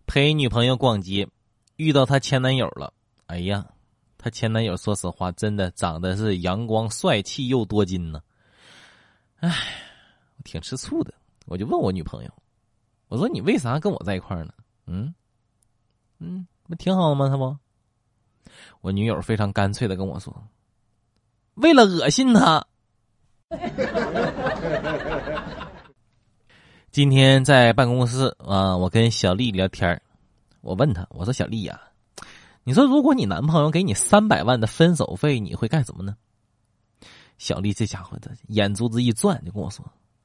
陪女朋友逛街，遇到她前男友了。哎呀，她前男友说实话真的长得是阳光帅气又多金呢。哎，我挺吃醋的，我就问我女朋友，我说你为啥跟我在一块儿呢？不挺好的吗？他不，我女友非常干脆的跟我说，为了恶心他。今天在办公室啊，我跟小丽聊天，我问她，我说小丽呀，你说如果你男朋友给你300万的分手费，你会干什么呢？小丽这家伙的眼珠子一转就跟我说，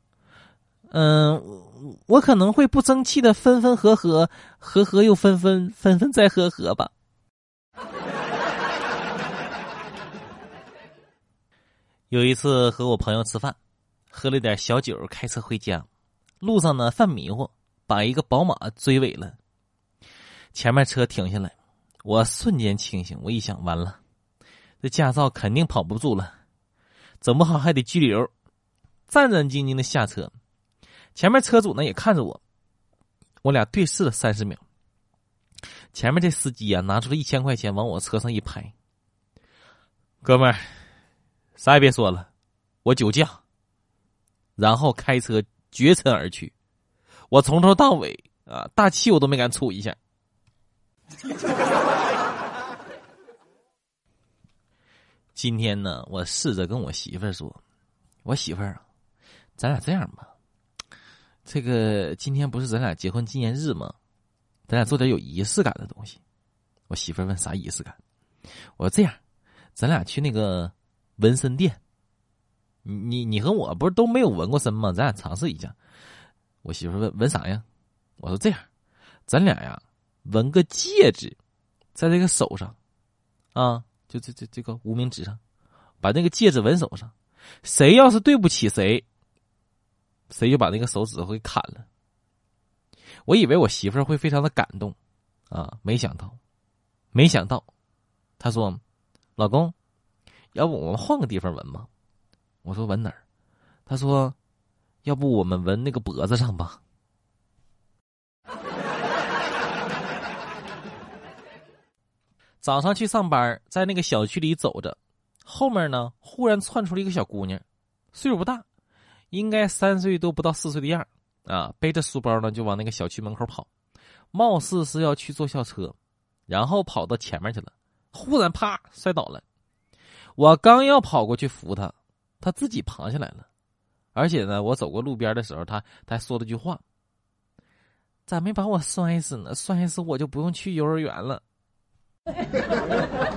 我可能会不争气的分分合合，合合又分分，分分再合合吧。有一次和我朋友吃饭，喝了点小酒，开车回家，路上呢犯迷糊，把一个宝马追尾了。前面车停下来，我瞬间清醒，我一想完了，这驾照肯定跑不住了，整不好还得拘留。战战兢兢的下车，前面车主呢也看着我，我俩对视了30秒。前面这司机啊拿出了1000块钱往我车上一拍，哥们儿，啥也别说了，我酒驾。然后开车绝尘而去，我从头到尾啊大气我都没敢出一下。今天呢，我试着跟我媳妇儿说，我媳妇儿啊，咱俩这样吧，这个今天不是咱俩结婚纪念日吗？咱俩做点有仪式感的东西。我媳妇儿问啥仪式感？我说这样，咱俩去那个纹身店。你和我不是都没有纹过身吗？咱俩尝试一下。我媳妇问纹啥呀？我说这样，咱俩呀纹个戒指，在这个手上，啊，就这个无名指上，把那个戒指纹手上。谁要是对不起谁，谁就把那个手指头给砍了。我以为我媳妇会非常的感动，啊，没想到，她说：“老公，要不我们换个地方纹吧？”我说纹哪儿？他说要不我们纹那个脖子上吧。早上去上班，在那个小区里走着，后面呢忽然窜出了一个小姑娘，岁数不大，应该3岁都不到4岁的样啊，背着书包呢就往那个小区门口跑，貌似是要去坐校车，然后跑到前面去了，忽然啪摔倒了。我刚要跑过去扶她，他自己爬下来了，而且呢，我走过路边的时候，他还说了句话：“咋没把我摔死呢？摔死我就不用去幼儿园了。”